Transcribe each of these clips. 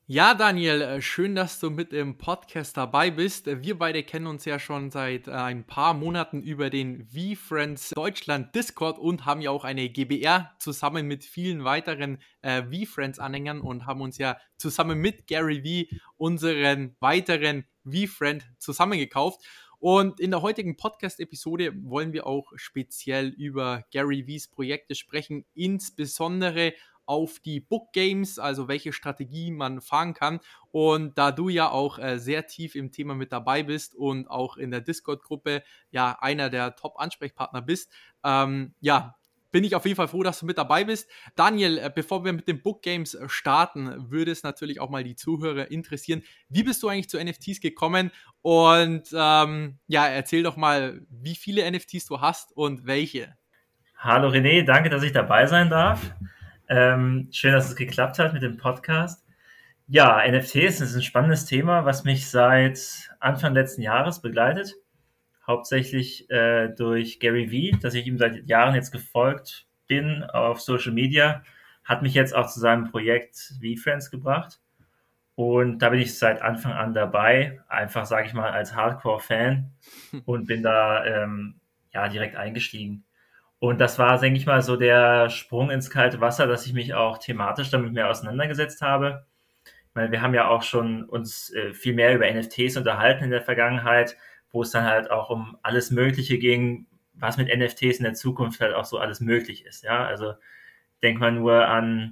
Ja, Daniel, schön, dass du mit im Podcast dabei bist. Wir beide kennen uns ja schon seit ein paar Monaten über den VFriends Deutschland Discord und haben ja auch eine GBR zusammen mit vielen weiteren VFriends-Anhängern und haben uns ja zusammen mit Gary V unseren weiteren VFriend zusammengekauft. Und in der heutigen Podcast-Episode wollen wir auch speziell über Gary V's Projekte sprechen, insbesondere auf die Book Games, also welche Strategie man fahren kann. Und da du ja auch sehr tief im Thema mit dabei bist und auch in der Discord-Gruppe ja einer der Top-Ansprechpartner bist, bin ich auf jeden Fall froh, dass du mit dabei bist. Daniel, bevor wir mit den Book Games starten, würde es natürlich auch mal die Zuhörer interessieren. Wie bist du eigentlich zu NFTs gekommen? Und erzähl doch mal, wie viele NFTs du hast und welche. Hallo René, danke, dass ich dabei sein darf. Schön, dass es geklappt hat mit dem Podcast. Ja, NFTs ist ein spannendes Thema, was mich seit Anfang letzten Jahres begleitet. Hauptsächlich durch Gary Vee, dass ich ihm seit Jahren jetzt gefolgt bin auf Social Media, hat mich jetzt auch zu seinem Projekt VFriends gebracht. Und da bin ich seit Anfang an dabei, einfach, sage ich mal, als Hardcore-Fan und bin da direkt eingestiegen. Und das war, denke ich mal, so der Sprung ins kalte Wasser, dass ich mich auch thematisch damit mehr auseinandergesetzt habe. Ich meine, wir haben ja auch schon uns viel mehr über NFTs unterhalten in der Vergangenheit, wo es dann halt auch um alles Mögliche ging, was mit NFTs in der Zukunft halt auch so alles möglich ist. Ja, also denkt man nur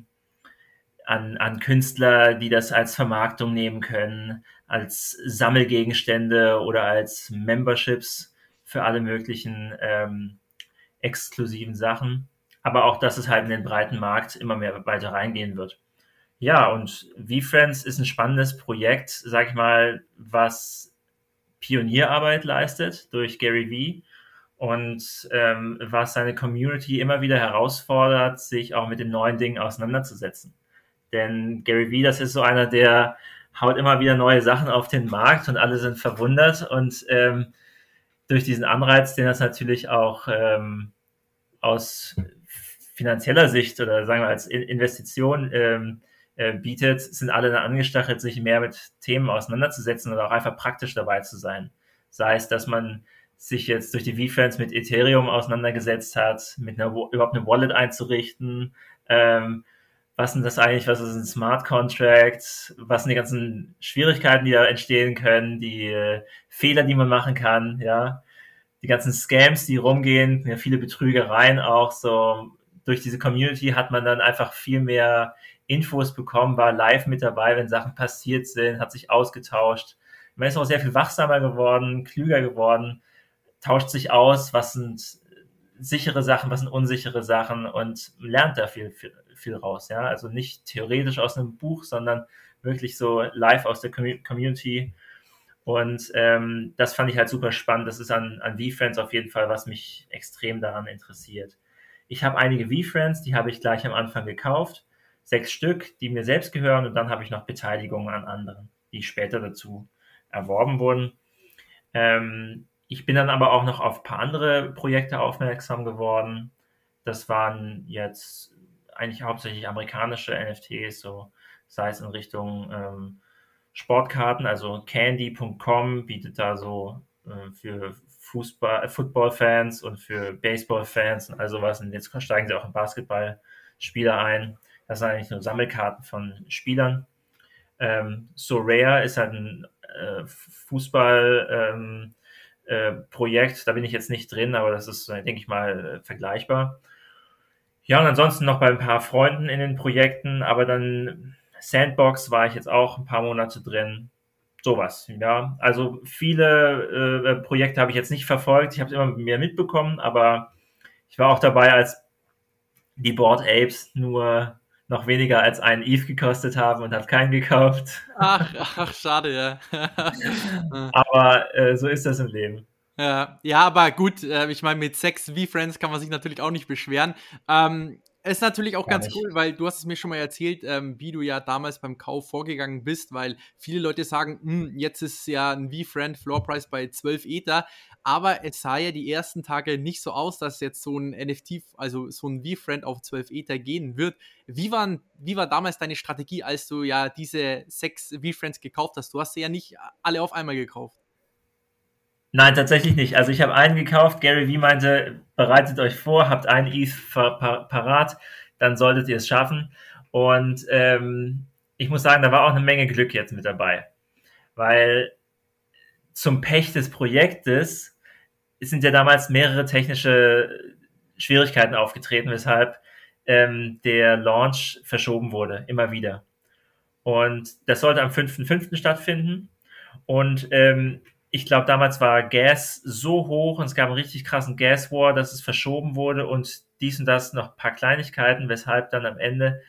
an Künstler, die das als Vermarktung nehmen können, als Sammelgegenstände oder als Memberships für alle möglichen exklusiven Sachen, aber auch, dass es halt in den breiten Markt immer mehr weiter reingehen wird. Ja, und VFriends ist ein spannendes Projekt, sag ich mal, was Pionierarbeit leistet durch Gary Vee und was seine Community immer wieder herausfordert, sich auch mit den neuen Dingen auseinanderzusetzen. Denn Gary Vee, das ist so einer, der haut immer wieder neue Sachen auf den Markt und alle sind verwundert und durch diesen Anreiz, den das natürlich auch aus finanzieller Sicht oder sagen wir als Investition bietet, sind alle dann angestachelt, sich mehr mit Themen auseinanderzusetzen oder auch einfach praktisch dabei zu sein. Sei es, dass man sich jetzt durch die VFriends mit Ethereum auseinandergesetzt hat, mit überhaupt eine Wallet einzurichten, was sind das eigentlich, was ist ein Smart Contract, was sind die ganzen Schwierigkeiten, die da entstehen können, die Fehler, die man machen kann, ja, die ganzen Scams, die rumgehen, ja, viele Betrügereien auch so. Durch diese Community hat man dann einfach viel mehr Infos bekommen, war live mit dabei, wenn Sachen passiert sind, hat sich ausgetauscht. Man ist auch sehr viel wachsamer geworden, klüger geworden, tauscht sich aus, was sind sichere Sachen, was sind unsichere Sachen und lernt da viel raus. Ja? Also nicht theoretisch aus einem Buch, sondern wirklich so live aus der Community. Und das fand ich halt super spannend. Das ist an VFriends auf jeden Fall, was mich extrem daran interessiert. Ich habe einige VFriends, die habe ich gleich am Anfang gekauft. 6 Stück, die mir selbst gehören. Und dann habe ich noch Beteiligungen an anderen, die später dazu erworben wurden. Ich bin dann aber auch noch auf ein paar andere Projekte aufmerksam geworden. Das waren jetzt eigentlich hauptsächlich amerikanische NFTs, so sei es in Richtung Sportkarten, also Candy.com bietet da so für Football-Fans und für Baseball-Fans und all sowas. Und jetzt steigen sie auch in Basketball-Spieler ein. Das sind eigentlich nur Sammelkarten von Spielern. So Rare ist halt ein Fußball Projekt, da bin ich jetzt nicht drin, aber das ist, denke ich mal, vergleichbar. Ja, und ansonsten noch bei ein paar Freunden in den Projekten, aber dann Sandbox war ich jetzt auch ein paar Monate drin. Sowas, ja. Also viele Projekte habe ich jetzt nicht verfolgt. Ich habe es immer mehr mitbekommen, aber ich war auch dabei, als die Bored Apes nur noch weniger als einen ETH gekostet haben und habe keinen gekauft. Ach, schade, ja. Aber so ist das im Leben. Ja, aber gut, ich meine, mit 6 V-Friends kann man sich natürlich auch nicht beschweren. Es ist natürlich auch gar ganz nicht. cool, weil du hast es mir schon mal erzählt, wie du ja damals beim Kauf vorgegangen bist, weil viele Leute sagen, jetzt ist ja ein V-Friend Floor Price bei 12 Ether, aber es sah ja die ersten Tage nicht so aus, dass jetzt so ein NFT, also so ein V-Friend auf 12 Ether gehen wird. Wie war damals deine Strategie, als du ja diese 6 V-Friends gekauft hast? Du hast sie ja nicht alle auf einmal gekauft. Nein, tatsächlich nicht. Also ich habe einen gekauft. Gary Vee meinte, bereitet euch vor, habt einen ETH parat, dann solltet ihr es schaffen. Und ich muss sagen, da war auch eine Menge Glück jetzt mit dabei. Weil zum Pech des Projektes sind ja damals mehrere technische Schwierigkeiten aufgetreten, weshalb der Launch verschoben wurde, immer wieder. Und das sollte am 5.5. stattfinden. Und ich glaube, damals war Gas so hoch und es gab einen richtig krassen Gas War, dass es verschoben wurde und dies und das noch ein paar Kleinigkeiten, weshalb dann am Ende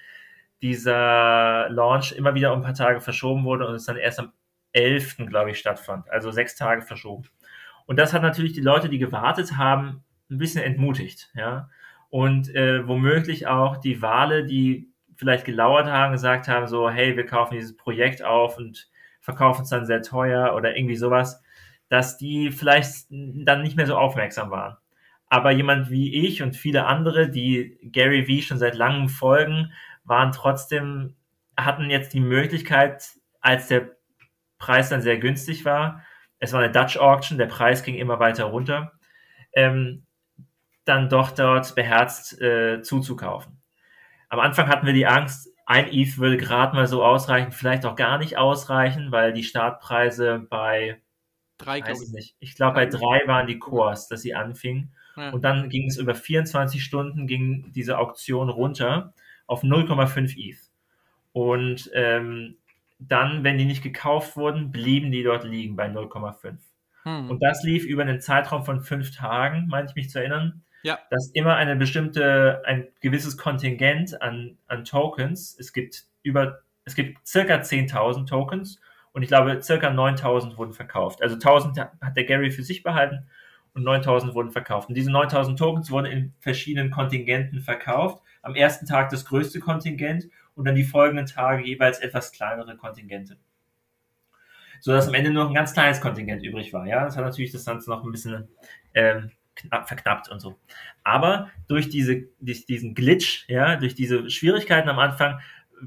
dieser Launch immer wieder um ein paar Tage verschoben wurde und es dann erst am 11., glaube ich, stattfand. Also 6 Tage verschoben. Und das hat natürlich die Leute, die gewartet haben, ein bisschen entmutigt, ja. Und womöglich auch die Wale, die vielleicht gelauert haben, gesagt haben, so, hey, wir kaufen dieses Projekt auf und verkaufen es dann sehr teuer oder irgendwie sowas, dass die vielleicht dann nicht mehr so aufmerksam waren. Aber jemand wie ich und viele andere, die Gary Vee schon seit langem folgen, waren trotzdem, hatten jetzt die Möglichkeit, als der Preis dann sehr günstig war, es war eine Dutch Auction, der Preis ging immer weiter runter, ähm, dann doch dort beherzt zuzukaufen. Am Anfang hatten wir die Angst, ein ETH würde gerade mal so ausreichen, vielleicht auch gar nicht ausreichen, weil die Startpreise bei, Drei, ich weiß glaube es ich. nicht, ich glaube bei 3 waren die Kurs, dass sie anfingen. Ja. Und dann ging es über 24 Stunden, ging diese Auktion runter auf 0,5 ETH. Und dann, wenn die nicht gekauft wurden, blieben die dort liegen bei 0,5. Hm. Und das lief über einen Zeitraum von 5 Tagen, meine ich mich zu erinnern, Ja. dass immer ein gewisses Kontingent an Tokens, es gibt circa 10.000 Tokens und ich glaube, circa 9.000 wurden verkauft. Also 1.000 hat der Gary für sich behalten und 9.000 wurden verkauft. Und diese 9.000 Tokens wurden in verschiedenen Kontingenten verkauft. Am ersten Tag das größte Kontingent und dann die folgenden Tage jeweils etwas kleinere Kontingente. So dass am Ende nur ein ganz kleines Kontingent übrig war. Ja, das hat natürlich das Ganze noch ein bisschen verknappt und so. Aber durch diesen Glitch, ja, durch diese Schwierigkeiten am Anfang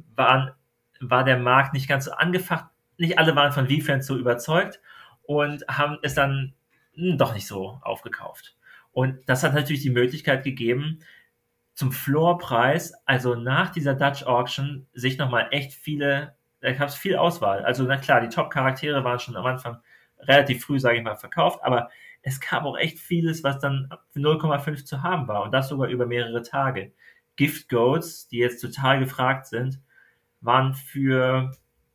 war der Markt nicht ganz so angefacht. Nicht alle waren von VeeFriends so überzeugt und haben es dann doch nicht so aufgekauft. Und das hat natürlich die Möglichkeit gegeben, zum Floorpreis, also nach dieser Dutch Auction, sich nochmal da gab es viel Auswahl. Also na klar, die Top-Charaktere waren schon am Anfang relativ früh, sage ich mal, verkauft, aber es gab auch echt vieles, was dann für 0,5 zu haben war und das sogar über mehrere Tage. Gift Goats, die jetzt total gefragt sind, waren für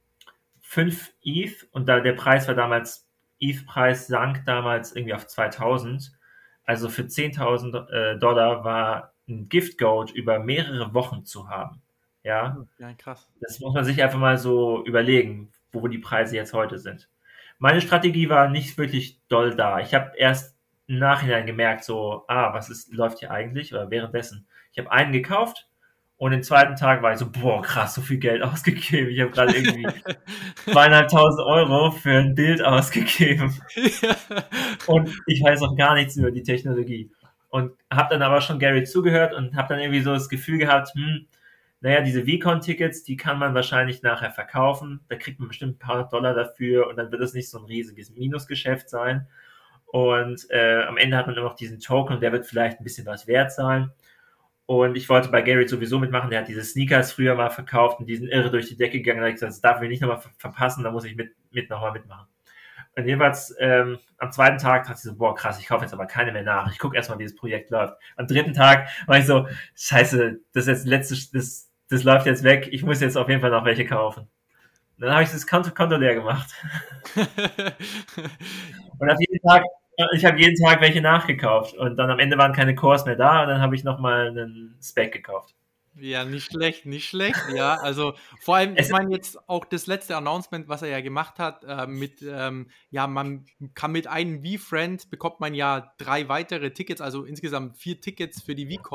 5 ETH und da der Preis war damals, ETH-Preis sank damals irgendwie auf 2000. Also für 10.000 Dollar war ein Gift Goat über mehrere Wochen zu haben. Ja, Ja, krass. das muss man sich einfach mal so überlegen, wo die Preise jetzt heute sind. Meine Strategie war nicht wirklich doll da. Ich habe erst im Nachhinein gemerkt, so, läuft hier eigentlich oder währenddessen. Ich habe einen gekauft und den zweiten Tag war ich so, boah, krass, so viel Geld ausgegeben. Ich habe gerade irgendwie 2.500 Euro für ein Bild ausgegeben und ich weiß noch gar nichts über die Technologie. Und habe dann aber schon Gary zugehört und habe dann irgendwie so das Gefühl gehabt, naja, diese VCon-Tickets, die kann man wahrscheinlich nachher verkaufen. Da kriegt man bestimmt ein paar Dollar dafür und dann wird es nicht so ein riesiges Minusgeschäft sein. Und am Ende hat man immer noch diesen Token und der wird vielleicht ein bisschen was wert sein. Und ich wollte bei Gary sowieso mitmachen. Der hat diese Sneakers früher mal verkauft und die sind irre durch die Decke gegangen. Da habe ich gesagt, das darf ich nicht nochmal verpassen, da muss ich nochmal mitmachen. Und jeweils am zweiten Tag dachte ich so, boah, krass, ich kaufe jetzt aber keine mehr nach. Ich gucke erstmal, wie das Projekt läuft. Am dritten Tag war ich so, scheiße, das läuft jetzt weg. Ich muss jetzt auf jeden Fall noch welche kaufen. Und dann habe ich das Konto leer gemacht. Und ich habe jeden Tag welche nachgekauft. Und dann am Ende waren keine Cores mehr da und dann habe ich nochmal einen Spec gekauft. Ja, nicht schlecht, nicht schlecht. Ja, also vor allem, ich Es, meine jetzt auch das letzte Announcement, was er ja gemacht hat, ja, man kann mit einem V-Friend bekommt man ja 3 weitere Tickets, also insgesamt 4 Tickets für die VCon.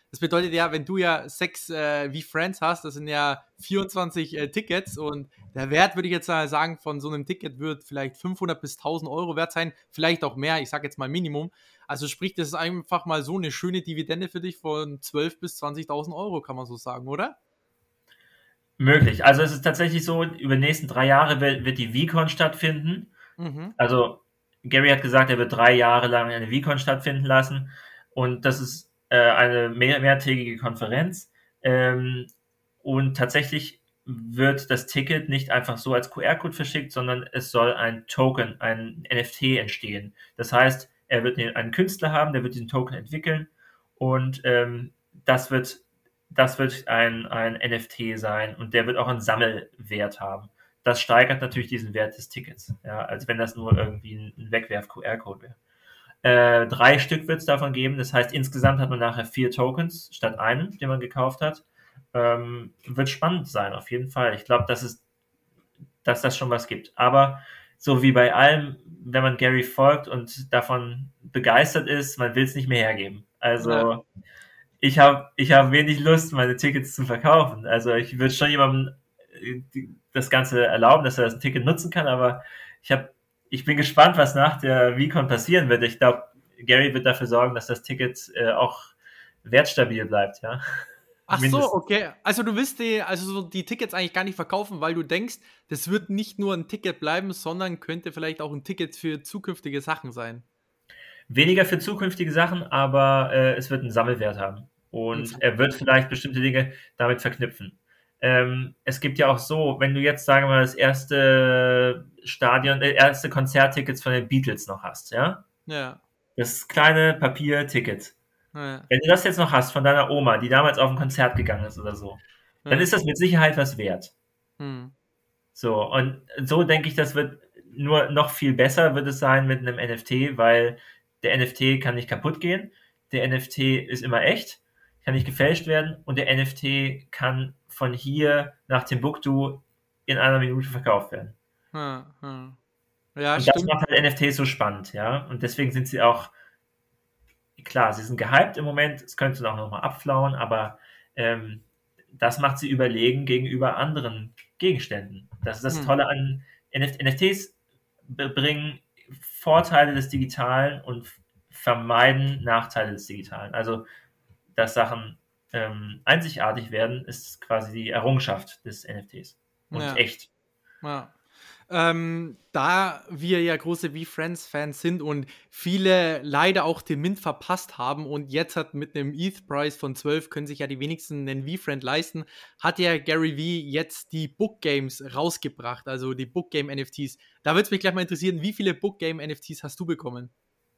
Das bedeutet ja, wenn du ja 6 V-Friends hast, das sind ja 24 Tickets und der Wert, würde ich jetzt mal sagen, von so einem Ticket wird vielleicht 500 bis 1000 Euro wert sein, vielleicht auch mehr, ich sage jetzt mal Minimum. Also sprich, das ist einfach mal so eine schöne Dividende für dich von 12 bis 20.000 Euro, kann man so sagen, oder? Möglich. Also es ist tatsächlich so, über die nächsten 3 Jahre wird die VCon stattfinden. Mhm. Also Gary hat gesagt, er wird 3 Jahre lang eine VCon stattfinden lassen und das ist eine mehrtägige Konferenz. Ähm, und tatsächlich wird das Ticket nicht einfach so als QR-Code verschickt, sondern es soll ein Token, ein NFT entstehen. Das heißt, er wird einen Künstler haben, der wird diesen Token entwickeln und das wird, das wird ein NFT sein und der wird auch einen Sammelwert haben. Das steigert natürlich diesen Wert des Tickets, ja, als wenn das nur irgendwie ein Wegwerf-QR-Code wäre. 3 Stück wird es davon geben. Das heißt, insgesamt hat man nachher 4 Tokens statt einem, den man gekauft hat. Wird spannend sein, auf jeden Fall. Ich glaube, dass das schon was gibt. Aber so wie bei allem, wenn man Gary folgt und davon begeistert ist, man will es nicht mehr hergeben. Ja. Also ich hab wenig Lust, meine Tickets zu verkaufen. Also ich würde schon jemandem das Ganze erlauben, dass er das Ticket nutzen kann, aber ich hab, ich bin gespannt, was nach der VCon passieren wird. Ich glaube, Gary wird dafür sorgen, dass das Ticket auch wertstabil bleibt, ja. Ach so, Mindestens. okay. Also du willst die Tickets eigentlich gar nicht verkaufen, weil du denkst, das wird nicht nur ein Ticket bleiben, sondern könnte vielleicht auch ein Ticket für zukünftige Sachen sein. Weniger für zukünftige Sachen, aber es wird einen Sammelwert haben. Und Und er wird vielleicht bestimmte Dinge damit verknüpfen. Es gibt ja auch so, wenn du jetzt, sagen wir mal, das erste Konzerttickets von den Beatles noch hast, ja? ja, Das kleine Papierticket. ja, Wenn du das jetzt noch hast von deiner Oma, die damals auf ein Konzert gegangen ist oder so, dann ja. ist das mit Sicherheit was wert. Hm. So, und so denke ich, das wird nur noch viel besser wird es sein mit einem NFT, weil der NFT kann nicht kaputt gehen, der NFT ist immer echt, kann nicht gefälscht werden und der NFT kann von hier nach Timbuktu in einer Minute verkauft werden. Ja, ja. Ja, Und das stimmt. macht halt NFTs so spannend, ja. Und deswegen sind sie auch, klar, sie sind gehypt im Moment, es könnte auch nochmal abflauen, aber ähm, das macht sie überlegen gegenüber anderen Gegenständen. Das ist das Hm. Tolle an NFTs, bringen Vorteile des Digitalen und vermeiden Nachteile des Digitalen. Also, dass Sachen einzigartig werden, ist quasi die Errungenschaft des NFTs und Ja, echt. ja. Da wir ja große V-Friends-Fans sind und viele leider auch den Mint verpasst haben und jetzt hat mit einem ETH-Preis von 12 können sich ja die wenigsten einen V-Friend leisten, hat ja Gary V jetzt die Book Games rausgebracht, also die Book Game NFTs. Da würde es mich gleich mal interessieren, wie viele Book Game NFTs hast du bekommen?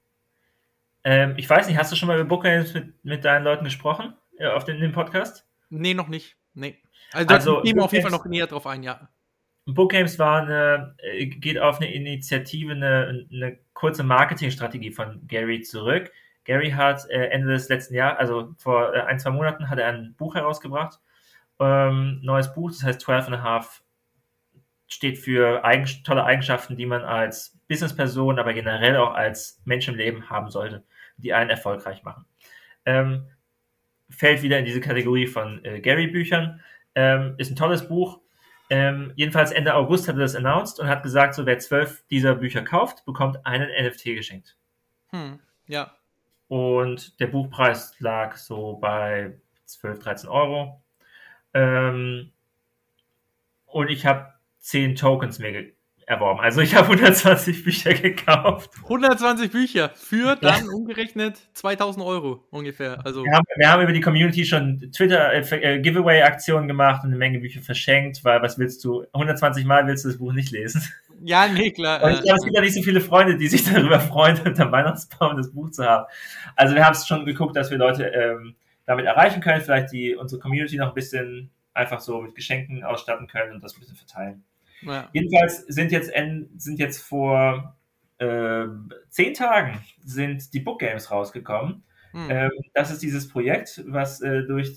Ich weiß nicht, hast du schon mal über Book Games mit deinen Leuten gesprochen? In dem Podcast? Nee, noch nicht. Nee. Also dort Also, gehen wir auf jeden Fall noch näher drauf ein, ja. Book Games geht auf eine Initiative, eine kurze Marketingstrategie von Gary zurück. Gary hat Ende des letzten Jahres, also vor 1, 2 Monaten, hat er ein Buch herausgebracht. Neues Buch, das heißt 12 and a Half, steht für tolle Eigenschaften, die man als Businessperson, aber generell auch als Mensch im Leben haben sollte, die einen erfolgreich machen. Ähm, Fällt wieder in diese Kategorie von Gary-Büchern. Ist ein tolles Buch. Jedenfalls Ende August hat er das announced und hat gesagt, so wer 12 dieser Bücher kauft, bekommt einen NFT geschenkt. Ja. Und der Buchpreis lag so bei 12, 13 Euro. Ähm, und ich habe 10 Tokens mir erworben. Also ich habe 120 Bücher gekauft. 120 Bücher für Ja. dann umgerechnet 2000 Euro ungefähr. Also, Wir haben über die Community schon Twitter-Giveaway-Aktionen gemacht und eine Menge Bücher verschenkt, weil was willst du? 120 Mal willst du das Buch nicht lesen. ja, nee, klar. Und ich glaube, es gibt ja nicht so viele Freunde, die sich darüber freuen, unter Weihnachtsbaum das Buch zu haben. Also wir haben es schon geguckt, dass wir Leute damit erreichen können, vielleicht unsere Community noch ein bisschen einfach so mit Geschenken ausstatten können und das ein bisschen verteilen. Ja. Jedenfalls sind jetzt vor 10 Tagen sind die Book Games rausgekommen. Hm. Das ist dieses Projekt, was durch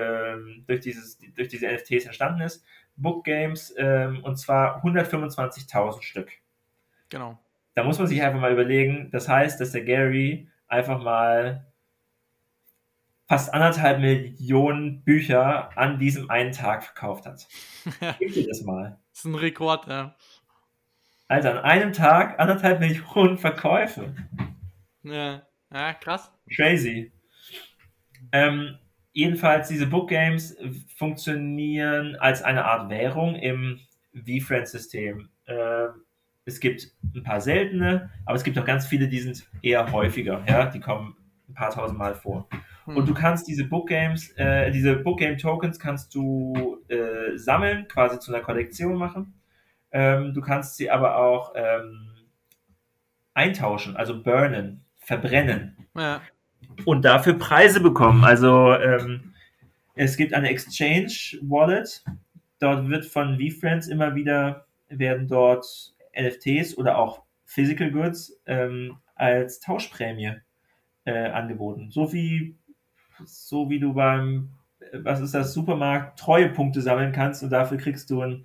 diese NFTs entstanden ist. Book Games, und zwar 125.000 Stück. Genau. Da muss man sich einfach mal überlegen, das heißt, dass der Gary einfach mal fast 1,5 Millionen Bücher an diesem einen Tag verkauft hat. Gib dir das mal. Das ist ein Rekord, ja. Also an einem Tag 1,5 Millionen Verkäufe. Ja, ja krass. Crazy. Jedenfalls, diese Book Games funktionieren als eine Art Währung im VFriends-System. Es gibt ein paar seltene, aber es gibt auch ganz viele, die sind eher häufiger. Ja? Die kommen ein paar tausend Mal vor. Und du kannst diese Book Games, diese Book Game Tokens kannst du sammeln, quasi zu einer Kollektion machen. Du kannst sie aber auch eintauschen, also burnen, verbrennen. Ja. Und dafür Preise bekommen. Also es gibt eine Exchange Wallet. Dort wird von VFriends immer wieder werden dort NFTs oder auch Physical Goods als Tauschprämie angeboten. So wie du beim was ist das Supermarkt Treuepunkte sammeln kannst und dafür kriegst du ein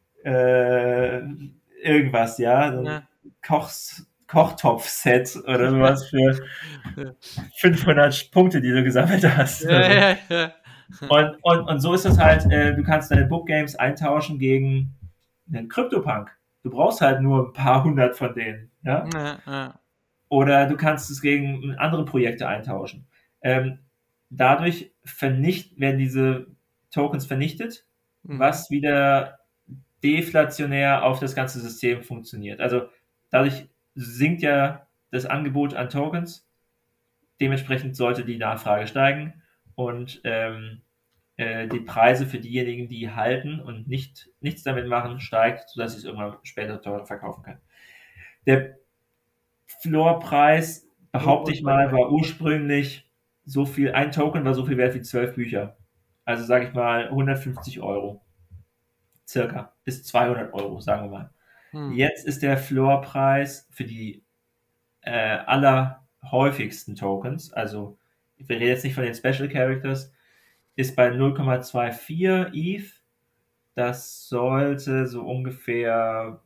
irgendwas, ja, so ein Kochtopf-Set oder sowas für 500 Punkte, die du gesammelt hast. Ja. Und so ist es halt, du kannst deine Book Games eintauschen gegen einen CryptoPunk. Du brauchst halt nur ein paar hundert von denen. Ja? Oder du kannst es gegen andere Projekte eintauschen. Dadurch werden diese Tokens vernichtet, was wieder deflationär auf das ganze System funktioniert. Also dadurch sinkt ja das Angebot an Tokens. Dementsprechend sollte die Nachfrage steigen und die Preise für diejenigen, die halten und nichts damit machen, steigt, sodass ich es irgendwann später teurer verkaufen kann. Der Floorpreis, behaupte ich mal, war ursprünglich so viel, ein Token war so viel wert wie 12 Bücher. Also sage ich mal 150 Euro. Circa. Bis 200 Euro, sagen wir mal. Jetzt ist der Floorpreis für die allerhäufigsten Tokens, also wir reden jetzt nicht von den Special Characters, ist bei 0,24 ETH. Das sollte so ungefähr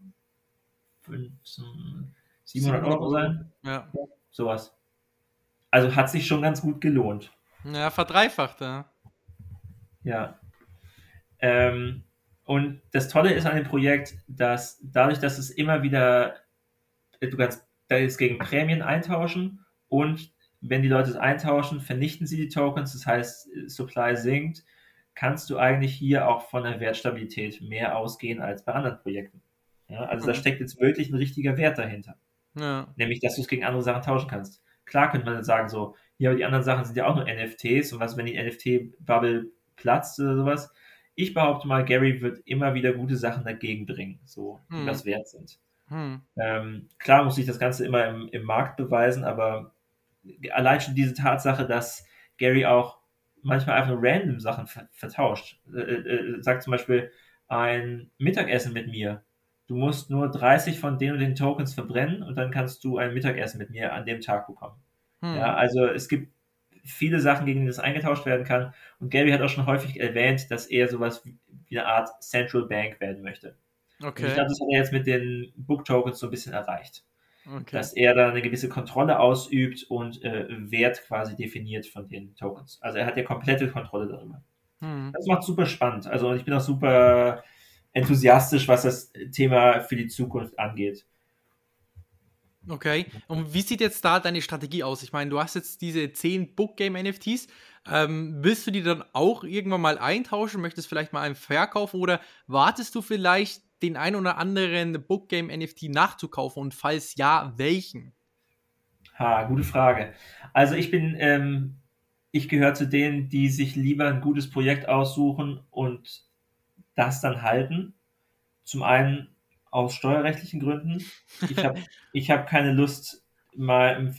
700 Euro sein. Ja. Sowas. Also hat sich schon ganz gut gelohnt. Ja, verdreifacht, ja. Ja. Und das Tolle ist an dem Projekt, dass dadurch, dass es immer wieder, du kannst das gegen Prämien eintauschen und wenn die Leute es eintauschen, vernichten sie die Tokens, das heißt, Supply sinkt, kannst du eigentlich hier auch von der Wertstabilität mehr ausgehen als bei anderen Projekten. Ja, also da steckt jetzt wirklich ein richtiger Wert dahinter. Ja. Nämlich, dass du es gegen andere Sachen tauschen kannst. Klar könnte man dann sagen so, ja, aber die anderen Sachen sind ja auch nur NFTs und was, wenn die NFT-Bubble platzt oder sowas. Ich behaupte mal, Gary wird immer wieder gute Sachen dagegen bringen, so, die was wert sind. Klar muss sich das Ganze immer im Markt beweisen, aber allein schon diese Tatsache, dass Gary auch manchmal einfach nur random Sachen vertauscht. Sagt zum Beispiel ein Mittagessen mit mir. Du musst nur 30 von den und den Tokens verbrennen und dann kannst du ein Mittagessen mit mir an dem Tag bekommen. Ja, also es gibt viele Sachen, gegen die das eingetauscht werden kann. Und Gary hat auch schon häufig erwähnt, dass er sowas wie eine Art Central Bank werden möchte. Okay. Und ich glaube, das hat er jetzt mit den Book Tokens so ein bisschen erreicht. Okay. Dass er da eine gewisse Kontrolle ausübt und Wert quasi definiert von den Tokens. Also er hat ja komplette Kontrolle darüber. Das macht super spannend. Also ich bin auch super enthusiastisch, was das Thema für die Zukunft angeht. Okay, und wie sieht jetzt da deine Strategie aus? Ich meine, du hast jetzt diese 10 Book Game NFTs. Willst du die dann auch irgendwann mal eintauschen? Möchtest vielleicht mal einen verkaufen oder wartest du vielleicht den ein oder anderen Book Game NFT nachzukaufen und falls ja, welchen? Gute Frage. Also ich gehöre zu denen, die sich lieber ein gutes Projekt aussuchen und das dann halten. Zum einen aus steuerrechtlichen Gründen. Ich hab keine Lust, mal beim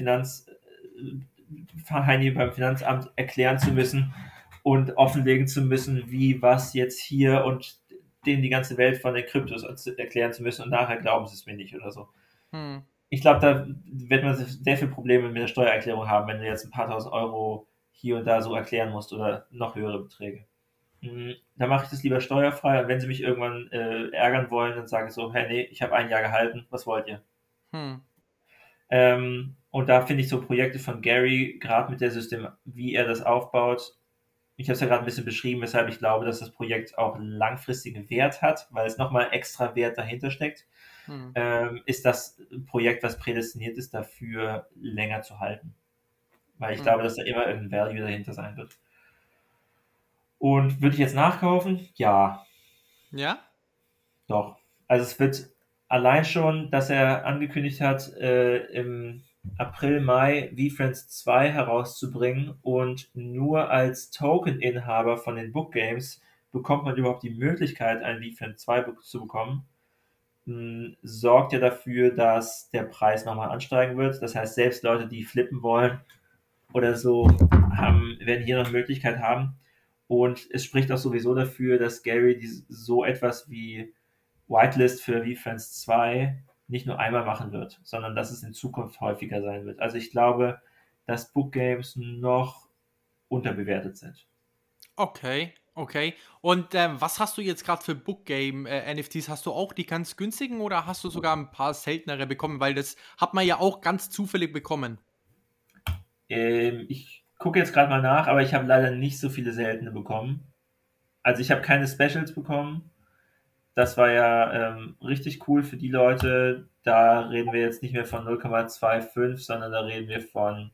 Finanzamt erklären zu müssen und offenlegen zu müssen, wie was jetzt hier und denen die ganze Welt von den Kryptos erklären zu müssen und nachher glauben sie es mir nicht oder so. Ich glaube, da wird man sehr viele Probleme mit der Steuererklärung haben, wenn du jetzt ein paar tausend Euro hier und da so erklären musst oder noch höhere Beträge. Da mache ich das lieber steuerfrei und wenn sie mich irgendwann ärgern wollen, dann sage ich so, hey, nee, ich habe ein Jahr gehalten, was wollt ihr? Und da finde ich so Projekte von Gary, gerade mit der System, wie er das aufbaut, ich habe es ja gerade ein bisschen beschrieben, weshalb ich glaube, dass das Projekt auch langfristigen Wert hat, weil es nochmal extra Wert dahinter steckt, Hm. ist das Projekt, was prädestiniert ist, dafür länger zu halten. Weil ich Hm. glaube, dass da immer irgendein Value dahinter sein wird. Und würde ich jetzt nachkaufen? Ja, Ja? doch. Also es wird allein schon, dass er angekündigt hat, im April, Mai VFriends 2 herauszubringen und nur als Token-Inhaber von den Book Games bekommt man überhaupt die Möglichkeit, ein VFriend 2 zu bekommen, sorgt ja dafür, dass der Preis nochmal ansteigen wird. Das heißt, selbst Leute, die flippen wollen oder so, werden hier noch eine Möglichkeit haben. Und es spricht auch sowieso dafür, dass Gary so etwas wie Whitelist für VFriends 2 nicht nur einmal machen wird, sondern dass es in Zukunft häufiger sein wird. Also ich glaube, dass Book Games noch unterbewertet sind. Okay, okay. Und was hast du jetzt gerade für Bookgame NFTs? Hast du auch die ganz günstigen oder hast du sogar ein paar seltenere bekommen? Weil das hat man ja auch ganz zufällig bekommen. Ich gucke jetzt gerade mal nach, aber ich habe leider nicht so viele seltene bekommen. Also ich habe keine Specials bekommen. Das war ja richtig cool für die Leute. Da reden wir jetzt nicht mehr von 0,25, sondern da reden wir von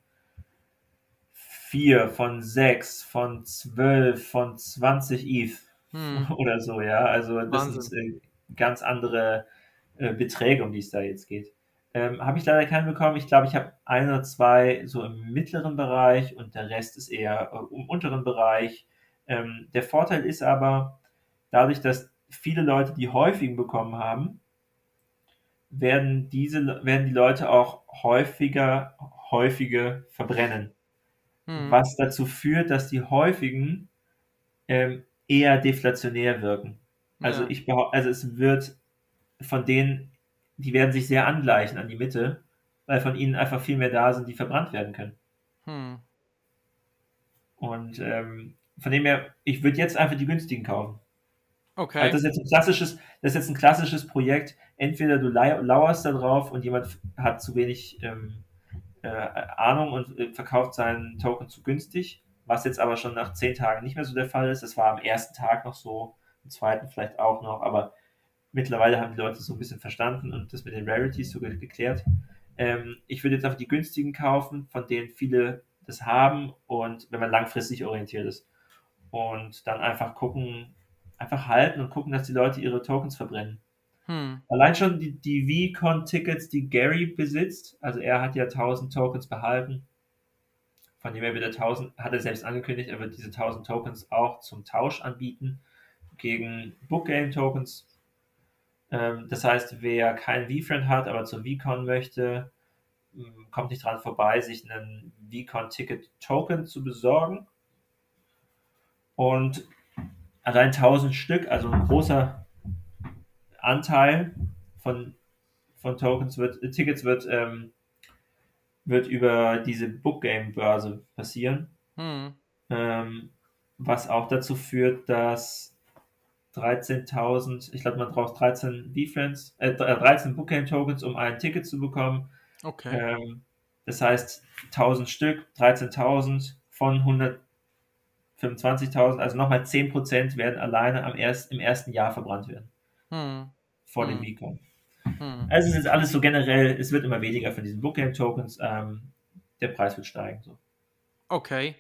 4, von 6, von 12, von 20 ETH Hm, oder so, ja. Also das sind Wahnsinn. ganz andere Beträge, um die es da jetzt geht. Habe ich leider keinen bekommen. Ich glaube, ich habe ein oder zwei so im mittleren Bereich und der Rest ist eher im unteren Bereich. Der Vorteil ist aber, dadurch, dass viele Leute die häufigen bekommen haben, werden die Leute auch häufige verbrennen. Hm, Was dazu führt, dass die häufigen eher deflationär wirken. Also ja. also es wird von denen, die werden sich sehr angleichen an die Mitte, weil von ihnen einfach viel mehr da sind, die verbrannt werden können. Hm, Und von dem her, ich würde jetzt einfach die günstigen kaufen. Also okay. das ist jetzt ein klassisches Projekt. Entweder du lauerst da drauf und jemand hat zu wenig Ahnung und verkauft seinen Token zu günstig, was jetzt aber schon nach 10 Tagen nicht mehr so der Fall ist. Das war am ersten Tag noch so, am zweiten vielleicht auch noch, aber mittlerweile haben die Leute so ein bisschen verstanden und das mit den Rarities so geklärt. Ich würde jetzt einfach die günstigen kaufen, von denen viele das haben und wenn man langfristig orientiert ist. Und dann einfach gucken, einfach halten und gucken, dass die Leute ihre Tokens verbrennen. Hm, Allein schon die VCon-Tickets, die Gary besitzt, also er hat ja 1000 Tokens behalten, von dem er wieder 1000, hat er selbst angekündigt, er wird diese 1000 Tokens auch zum Tausch anbieten gegen Book Game Tokens. Das heißt, wer keinen VFriend hat, aber zur VCon möchte, kommt nicht dran vorbei, sich einen VCon-Ticket-Token zu besorgen. Und allein 1000 Stück, also ein großer Anteil von, von Tickets wird über diese Bookgame-Börse passieren. hm, Ähm, was auch dazu führt, dass 13.000, ich glaube, man braucht 13 Defense, 13 Bookgame Tokens, um ein Ticket zu bekommen. okay. Ähm, das heißt, 1000 Stück, 13.000 von 125.000, also nochmal 10% werden alleine im ersten Jahr verbrannt werden, Hm, vor dem hm, Recon. hm. Also es ist alles so generell, es wird immer weniger von diesen Bookgame Tokens, der Preis wird steigen. So. Okay.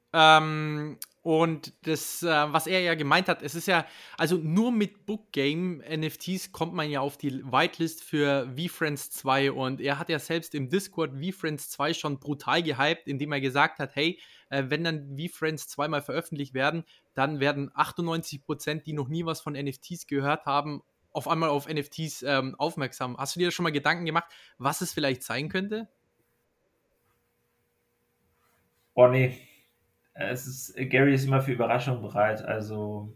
Und das, was er ja gemeint hat, es ist ja, also nur mit Bookgame NFTs kommt man ja auf die Whitelist für VFriends 2 und er hat ja selbst im Discord VFriends 2 schon brutal gehypt, indem er gesagt hat, hey, wenn dann VFriends 2 mal veröffentlicht werden, dann werden 98%, die noch nie was von NFTs gehört haben, auf einmal auf NFTs aufmerksam. Hast du dir schon mal Gedanken gemacht, was es vielleicht sein könnte? Oh nee, Gary ist immer für Überraschungen bereit. Also,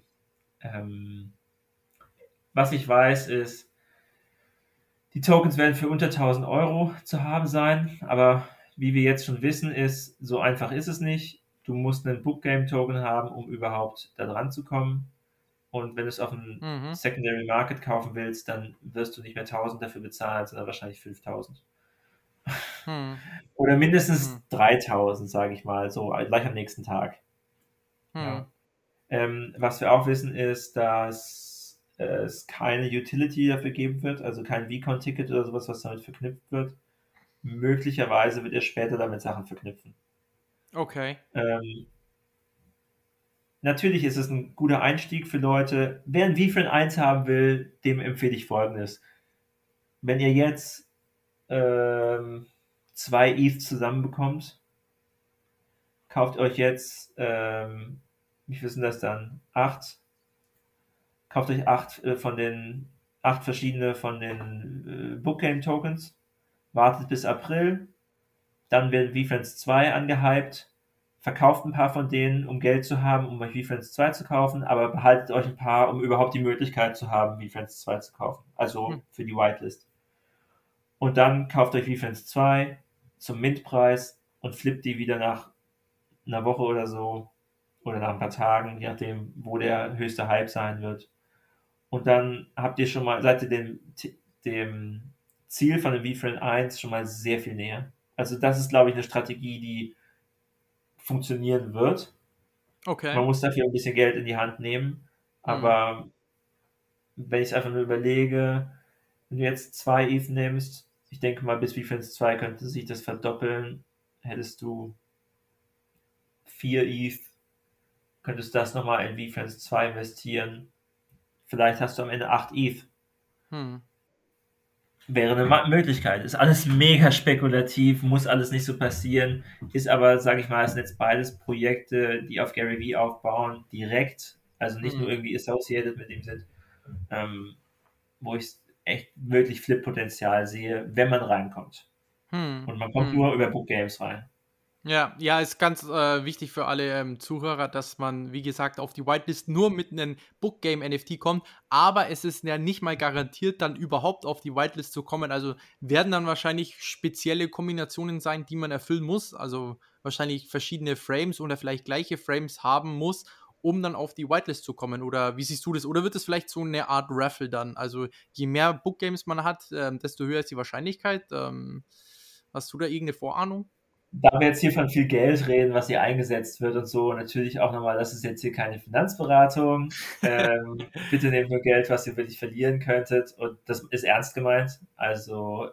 was ich weiß, ist, die Tokens werden für unter 1.000 € zu haben sein, aber wie wir jetzt schon wissen, ist, so einfach ist es nicht. Du musst einen Bookgame-Token haben, um überhaupt da dran zu kommen. Und wenn du es auf dem Mhm. Secondary Market kaufen willst, dann wirst du nicht mehr 1.000 dafür bezahlen, sondern wahrscheinlich 5.000. Hm. Oder mindestens Hm. 3000, sage ich mal, so gleich am nächsten Tag. Hm. Ja. Was wir auch wissen, ist, dass es keine Utility dafür geben wird, also kein Vcon-Ticket oder sowas, was damit verknüpft wird. Möglicherweise wird er später damit Sachen verknüpfen. Okay. Ähm, Natürlich ist es ein guter Einstieg für Leute. Wer ein VFriend 1 haben will, dem empfehle ich Folgendes. Wenn ihr jetzt 2 ETH zusammenbekommt, kauft euch jetzt, wie viel sind das dann? 8. Kauft euch 8 von den 8 verschiedene von den Bookgame Tokens, wartet bis April, dann werden VFriends 2 angehypt, verkauft ein paar von denen, um Geld zu haben, um euch VFriends 2 zu kaufen, aber behaltet euch ein paar, um überhaupt die Möglichkeit zu haben, VFriends 2 zu kaufen. Hm. Also für die Whitelist. Und dann kauft euch VFriends 2 zum Mintpreis und flippt die wieder nach einer Woche oder so oder nach ein paar Tagen, je nachdem, wo der höchste Hype sein wird. Und dann habt ihr schon mal, seid ihr dem Ziel von dem VFriend 1 schon mal sehr viel näher. Also das ist, glaube ich, eine Strategie, die funktionieren wird. Okay. Man muss dafür ein bisschen Geld in die Hand nehmen. Hm. Aber wenn ich es einfach nur überlege, wenn du jetzt 2 ETH nimmst, ich denke mal, bis VFriends 2 könnte sich das verdoppeln, hättest du 4 ETH, könntest das nochmal in VFriends 2 investieren. Vielleicht hast du am Ende 8 ETH. Hm. Wäre eine Möglichkeit. Ist alles mega spekulativ, muss alles nicht so passieren. Ist aber, sage ich mal, es sind jetzt beides Projekte, die auf Gary Vee aufbauen, direkt, also nicht nur Hm. irgendwie associated mit ihm sind, ähm, wo ich echt wirklich Flip-Potenzial sehe, wenn man reinkommt. Hm. Und man kommt Hm. nur über Book Games rein. Ja, ja, ist ganz wichtig für alle Zuhörer, dass man, wie gesagt, auf die Whitelist nur mit einem Book Game NFT kommt, aber es ist ja nicht mal garantiert, dann überhaupt auf die Whitelist zu kommen. Also werden dann wahrscheinlich spezielle Kombinationen sein, die man erfüllen muss. Also wahrscheinlich verschiedene Frames oder vielleicht gleiche Frames haben muss, um dann auf die Whitelist zu kommen. Oder wie siehst du das? Oder wird es vielleicht so eine Art Raffle dann? Also je mehr Book Games man hat, desto höher ist die Wahrscheinlichkeit. Hast du da irgendeine Vorahnung? Da wir jetzt hier von viel Geld reden, was hier eingesetzt wird und so, natürlich auch nochmal, das ist jetzt hier keine Finanzberatung. Bitte nehmt nur Geld, was ihr wirklich verlieren könntet. Und das ist ernst gemeint. Also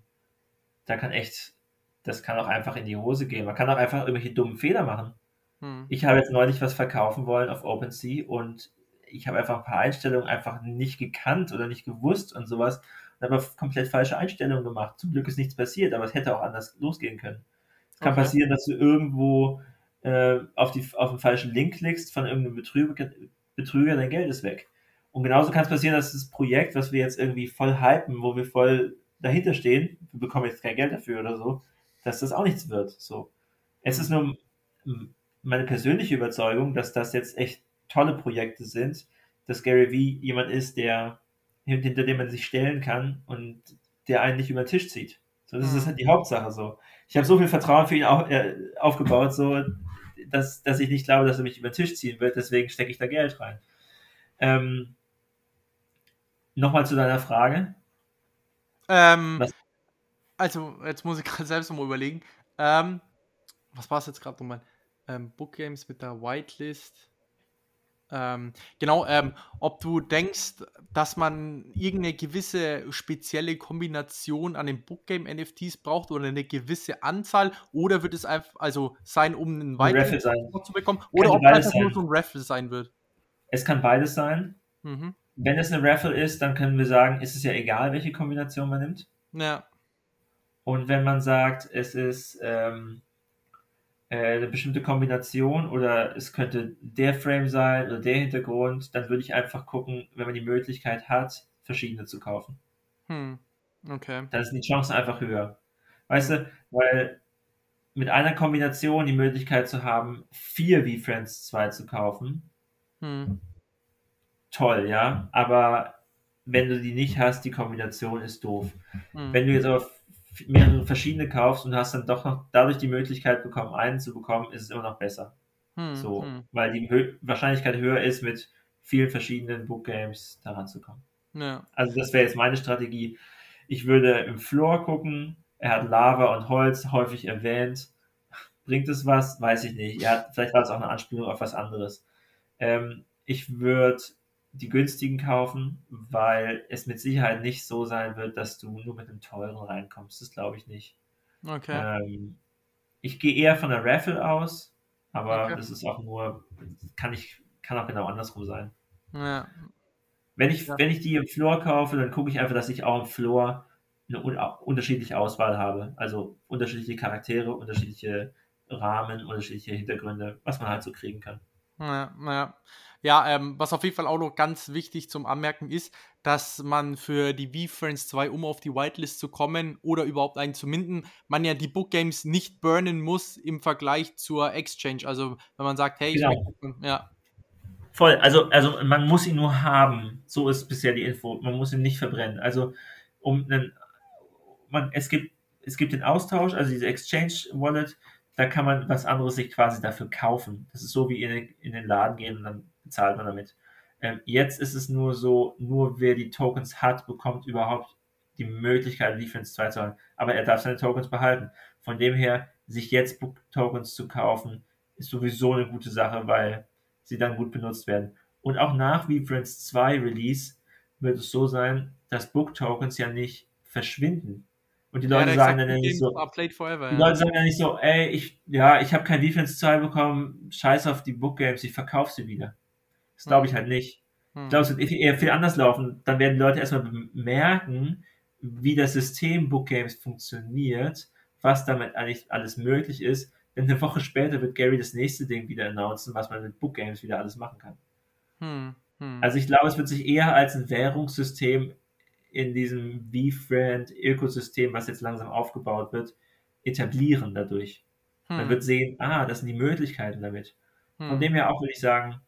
da kann echt, das kann auch einfach in die Hose gehen. Man kann auch einfach irgendwelche dummen Fehler machen. Hm. Ich habe jetzt neulich was verkaufen wollen auf OpenSea und ich habe einfach ein paar Einstellungen einfach nicht gekannt oder nicht gewusst und sowas und habe komplett falsche Einstellungen gemacht. Zum Glück ist nichts passiert, aber es hätte auch anders losgehen können. Es kann Okay. passieren, dass du irgendwo auf den falschen Link klickst von irgendeinem Betrüger, dein Geld ist weg. Und genauso kann es passieren, dass das Projekt, was wir jetzt irgendwie voll hypen, wo wir voll dahinter stehen, wir bekommen jetzt kein Geld dafür oder so, dass das auch nichts wird. So. Es ist Hm. nur meine persönliche Überzeugung, dass das jetzt echt tolle Projekte sind, dass Gary Vee jemand ist, hinter dem man sich stellen kann und der einen nicht über den Tisch zieht. So, das ist Hm. halt die Hauptsache so. Ich habe so viel Vertrauen für ihn aufgebaut, so, dass ich nicht glaube, dass er mich über den Tisch ziehen wird, deswegen stecke ich da Geld rein. Ähm, Nochmal zu deiner Frage. Ähm, Was also, jetzt muss ich gerade selbst noch mal überlegen. Ähm, was war es jetzt gerade nochmal? Book Games mit der Whitelist. Genau, ob du denkst, dass man irgendeine gewisse spezielle Kombination an den Book Game NFTs braucht oder eine gewisse Anzahl, oder wird es einfach also sein, um einen ein weiteren Raffle sein? zu bekommen, oder Könnte ob es beides einfach nur sein. so ein Raffle sein wird? Es kann beides sein. Mhm. Wenn es eine Raffle ist, dann können wir sagen, ist es ja egal, welche Kombination man nimmt. Ja. Und wenn man sagt, es ist eine bestimmte Kombination oder es könnte der Frame sein oder der Hintergrund, dann würde ich einfach gucken, wenn man die Möglichkeit hat, verschiedene zu kaufen. Hm. Okay. Dann sind die Chancen einfach höher. Weißt Hm. du, weil mit einer Kombination die Möglichkeit zu haben, 4 V-Friends 2 zu kaufen, Hm. toll, ja, aber wenn du die nicht hast, die Kombination ist doof. Hm. Wenn du jetzt aber mehrere verschiedene kaufst und hast dann doch noch dadurch die Möglichkeit bekommen, einen zu bekommen, ist es immer noch besser. Hm. So, Hm. weil die Wahrscheinlichkeit höher ist, mit vielen verschiedenen Book Games daran zu kommen. Ja. Also das wäre jetzt meine Strategie. Ich würde im Floor gucken, Er hat Lava und Holz häufig erwähnt. Bringt es was? Weiß ich nicht. Vielleicht war es auch eine Anspielung auf was anderes. Ich würde die günstigen kaufen, weil es mit Sicherheit nicht so sein wird, dass du nur mit dem teuren reinkommst. Das glaube ich nicht. Okay, Ähm, Ich gehe eher von der Raffle aus, aber okay. das ist auch nur, kann auch genau andersrum sein. Ja, ja. Wenn ich die im Floor kaufe, dann gucke ich einfach, dass ich auch im Floor eine unterschiedliche Auswahl habe. Also unterschiedliche Charaktere, unterschiedliche Rahmen, unterschiedliche Hintergründe, was man halt so kriegen kann. Ja, ja. Ja, was auf jeden Fall auch noch ganz wichtig zum Anmerken ist, dass man für die V-Friends 2, um auf die Whitelist zu kommen oder überhaupt einen zu minden, man ja die Book Games nicht burnen muss im Vergleich zur Exchange. Also, wenn man sagt: „Hey, ich möchte“, Genau. ja, Voll. Also man muss ihn nur haben. So ist bisher die Info. Man muss ihn nicht verbrennen. Also um einen, man, es gibt den Austausch, also diese Exchange Wallet, da kann man was anderes sich quasi dafür kaufen. Das ist so wie in den Laden gehen und dann bezahlt man damit. Jetzt ist es nur so, nur wer die Tokens hat, bekommt überhaupt die Möglichkeit, Defense 2 zu haben. Aber er darf seine Tokens behalten. Von dem her, sich jetzt Book Tokens zu kaufen, ist sowieso eine gute Sache, weil sie dann gut benutzt werden. Und auch nach VFriends 2 Release wird es so sein, dass Book Tokens ja nicht verschwinden. Und ja, der sagt: „Book Games are played forever“, Die ja. Leute sagen ja nicht so, ey, ich habe kein Defense 2 bekommen, scheiß auf die Book Games, ich verkaufe sie wieder. Das glaube Mhm, ich halt nicht. Ich glaube, mhm, es wird eher viel anders laufen. Dann werden die Leute erstmal bemerken, wie das System Book Games funktioniert, was damit eigentlich alles möglich ist. Denn eine Woche später wird Gary das nächste Ding wieder announcen, was man mit Book Games wieder alles machen kann. mhm, mhm, Also ich glaube, es wird sich eher als ein Währungssystem in diesem VFriend-Ökosystem, was jetzt langsam aufgebaut wird, etablieren dadurch. Man mhm, wird sehen, das sind die Möglichkeiten damit. Von mhm, dem her auch würde ich sagen,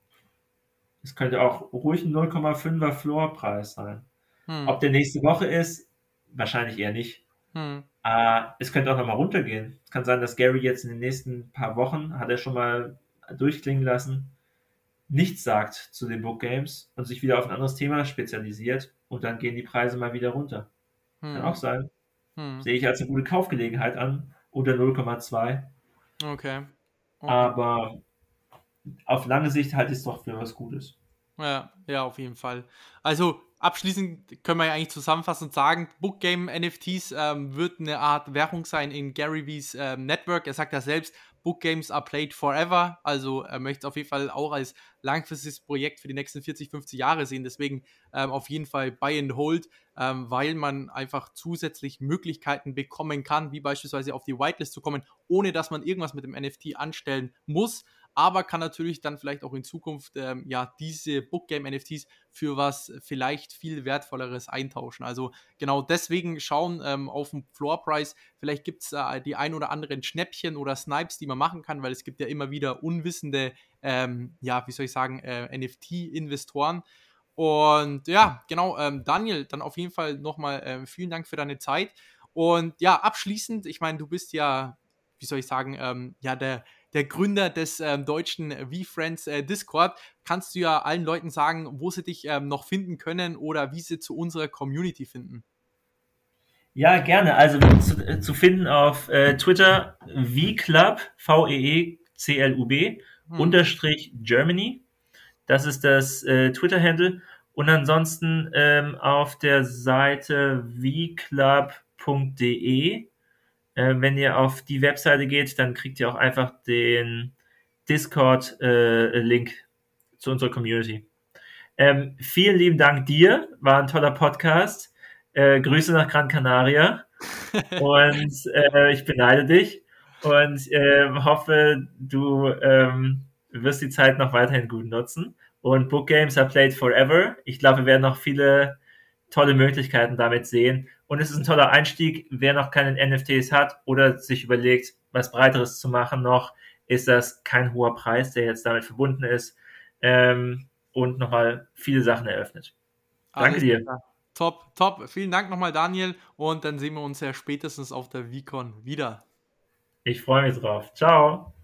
es könnte auch ruhig ein 0,5er Floorpreis sein. Ob mhm, der nächste Woche ist, wahrscheinlich eher nicht. mhm, Es könnte auch nochmal runtergehen. Es kann sein, dass Gary jetzt in den nächsten paar Wochen, hat er schon mal durchklingen lassen, nichts sagt zu den Book Games und sich wieder auf ein anderes Thema spezialisiert und dann gehen die Preise mal wieder runter. Kann auch mhm, sein. mhm. Sehe ich als eine gute Kaufgelegenheit an, unter 0,2. Okay, okay. Aber auf lange Sicht halte ich es doch für was Gutes. Ja, ja, auf jeden Fall. Also abschließend können wir ja eigentlich zusammenfassend sagen, Book Game NFTs wird eine Art Währung sein in Gary V's Network. Er sagt ja selbst, Book Games are played forever. Also er möchte es auf jeden Fall auch als langfristiges Projekt für die nächsten 40, 50 Jahre sehen. Deswegen auf jeden Fall Buy and Hold, weil man einfach zusätzlich Möglichkeiten bekommen kann, wie beispielsweise auf die Whitelist zu kommen, ohne dass man irgendwas mit dem NFT anstellen muss, aber kann natürlich dann vielleicht auch in Zukunft ja diese Bookgame-NFTs für was vielleicht viel Wertvolleres eintauschen. Also genau deswegen schauen auf den Floorpreis. Vielleicht gibt es die ein oder anderen Schnäppchen oder Snipes, die man machen kann, weil es gibt ja immer wieder unwissende, ja, wie soll ich sagen, NFT-Investoren. Und ja, genau, Daniel, dann auf jeden Fall nochmal vielen Dank für deine Zeit. Und ja, abschließend, ich meine, du bist ja, wie soll ich sagen, ja, der Gründer des deutschen V-Friends Discord. Kannst du ja allen Leuten sagen, wo sie dich noch finden können oder wie sie zu unserer Community finden. Ja, gerne. Also zu finden auf Twitter vclub, VEECLUB, Hm. unterstrich Germany. Das ist das Twitter-Handle. Und ansonsten auf der Seite vclub.de. Wenn ihr auf die Webseite geht, dann kriegt ihr auch einfach den Discord-Link zu unserer Community. Vielen lieben Dank dir, war ein toller Podcast. Grüße nach Gran Canaria und ich beneide dich und hoffe, du wirst die Zeit noch weiterhin gut nutzen. Und Book Games are played forever. Ich glaube, wir werden noch viele tolle Möglichkeiten damit sehen. Und es ist ein toller Einstieg. Wer noch keinen NFTs hat oder sich überlegt, was Breiteres zu machen noch, ist das kein hoher Preis, der jetzt damit verbunden ist. Und nochmal viele Sachen eröffnet. Danke Alles dir. klar. Top, top. Vielen Dank nochmal, Daniel. Und dann sehen wir uns ja spätestens auf der VCon wieder. Ich freue mich drauf. Ciao.